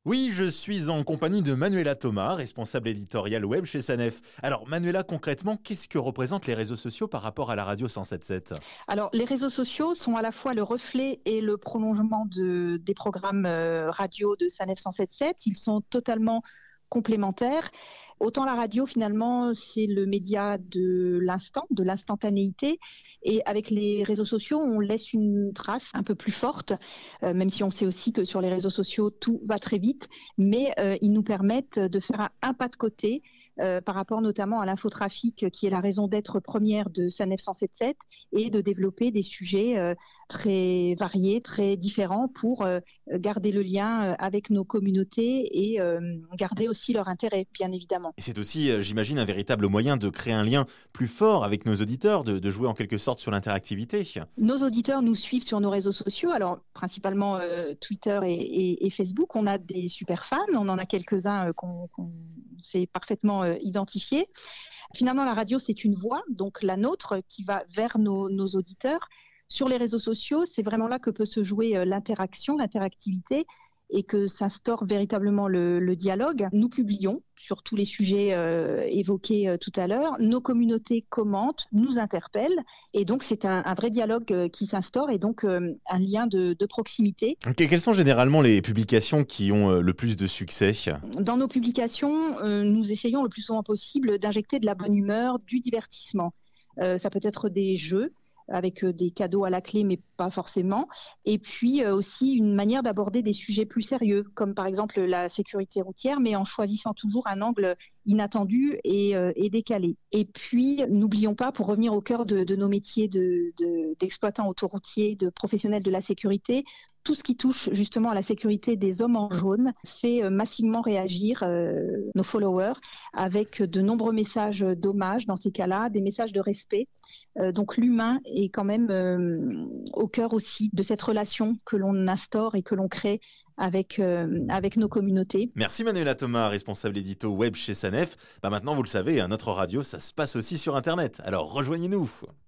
Oui, je suis en compagnie de Manuela Thomas, responsable éditoriale web chez Sanef. Alors Manuela, concrètement, qu'est-ce que représentent les réseaux sociaux par rapport à la radio 107.7 ? Alors, les réseaux sociaux sont à la fois le reflet et le prolongement des programmes radio de Sanef 107.7. Ils sont totalement complémentaires. Autant la radio, finalement, c'est le média de l'instant, de l'instantanéité. Et avec les réseaux sociaux, on laisse une trace un peu plus forte, même si on sait aussi que sur les réseaux sociaux, tout va très vite. Mais ils nous permettent de faire un pas de côté par rapport notamment à l'infotrafic, qui est la raison d'être première de Sanef 107.7, et de développer des sujets très variés, très différents pour garder le lien avec nos communautés et garder aussi leur intérêt, bien évidemment. Et c'est aussi, j'imagine, un véritable moyen de créer un lien plus fort avec nos auditeurs, de jouer en quelque sorte sur l'interactivité. Nos auditeurs nous suivent sur nos réseaux sociaux, alors principalement Twitter et Facebook. On a des super fans, on en a quelques-uns qu'on sait parfaitement identifier. Finalement, la radio, c'est une voix, donc la nôtre, qui va vers nos auditeurs. Sur les réseaux sociaux, c'est vraiment là que peut se jouer l'interaction, l'interactivité, et que s'instaure véritablement le dialogue. Nous publions sur tous les sujets évoqués tout à l'heure. Nos communautés commentent, nous interpellent, et donc c'est un vrai dialogue qui s'instaure, et donc un lien de proximité. Okay, quelles sont généralement les publications qui ont le plus de succès ? Dans nos publications, nous essayons le plus souvent possible d'injecter de la bonne humeur, du divertissement. Ça peut être des jeux, avec des cadeaux à la clé, mais pas forcément. Et puis aussi une manière d'aborder des sujets plus sérieux, comme par exemple la sécurité routière, mais en choisissant toujours un angle inattendu et décalé. Et puis, n'oublions pas, pour revenir au cœur de nos métiers d'exploitants autoroutiers, de professionnels de la sécurité, tout ce qui touche justement à la sécurité des hommes en jaune fait massivement réagir nos followers avec de nombreux messages d'hommage dans ces cas-là, des messages de respect. Donc l'humain est quand même au cœur aussi de cette relation que l'on instaure et que l'on crée avec nos communautés. Merci Manuela Thomas, responsable édito web chez Sanef. Maintenant, vous le savez, notre radio, ça se passe aussi sur Internet. Alors rejoignez-nous.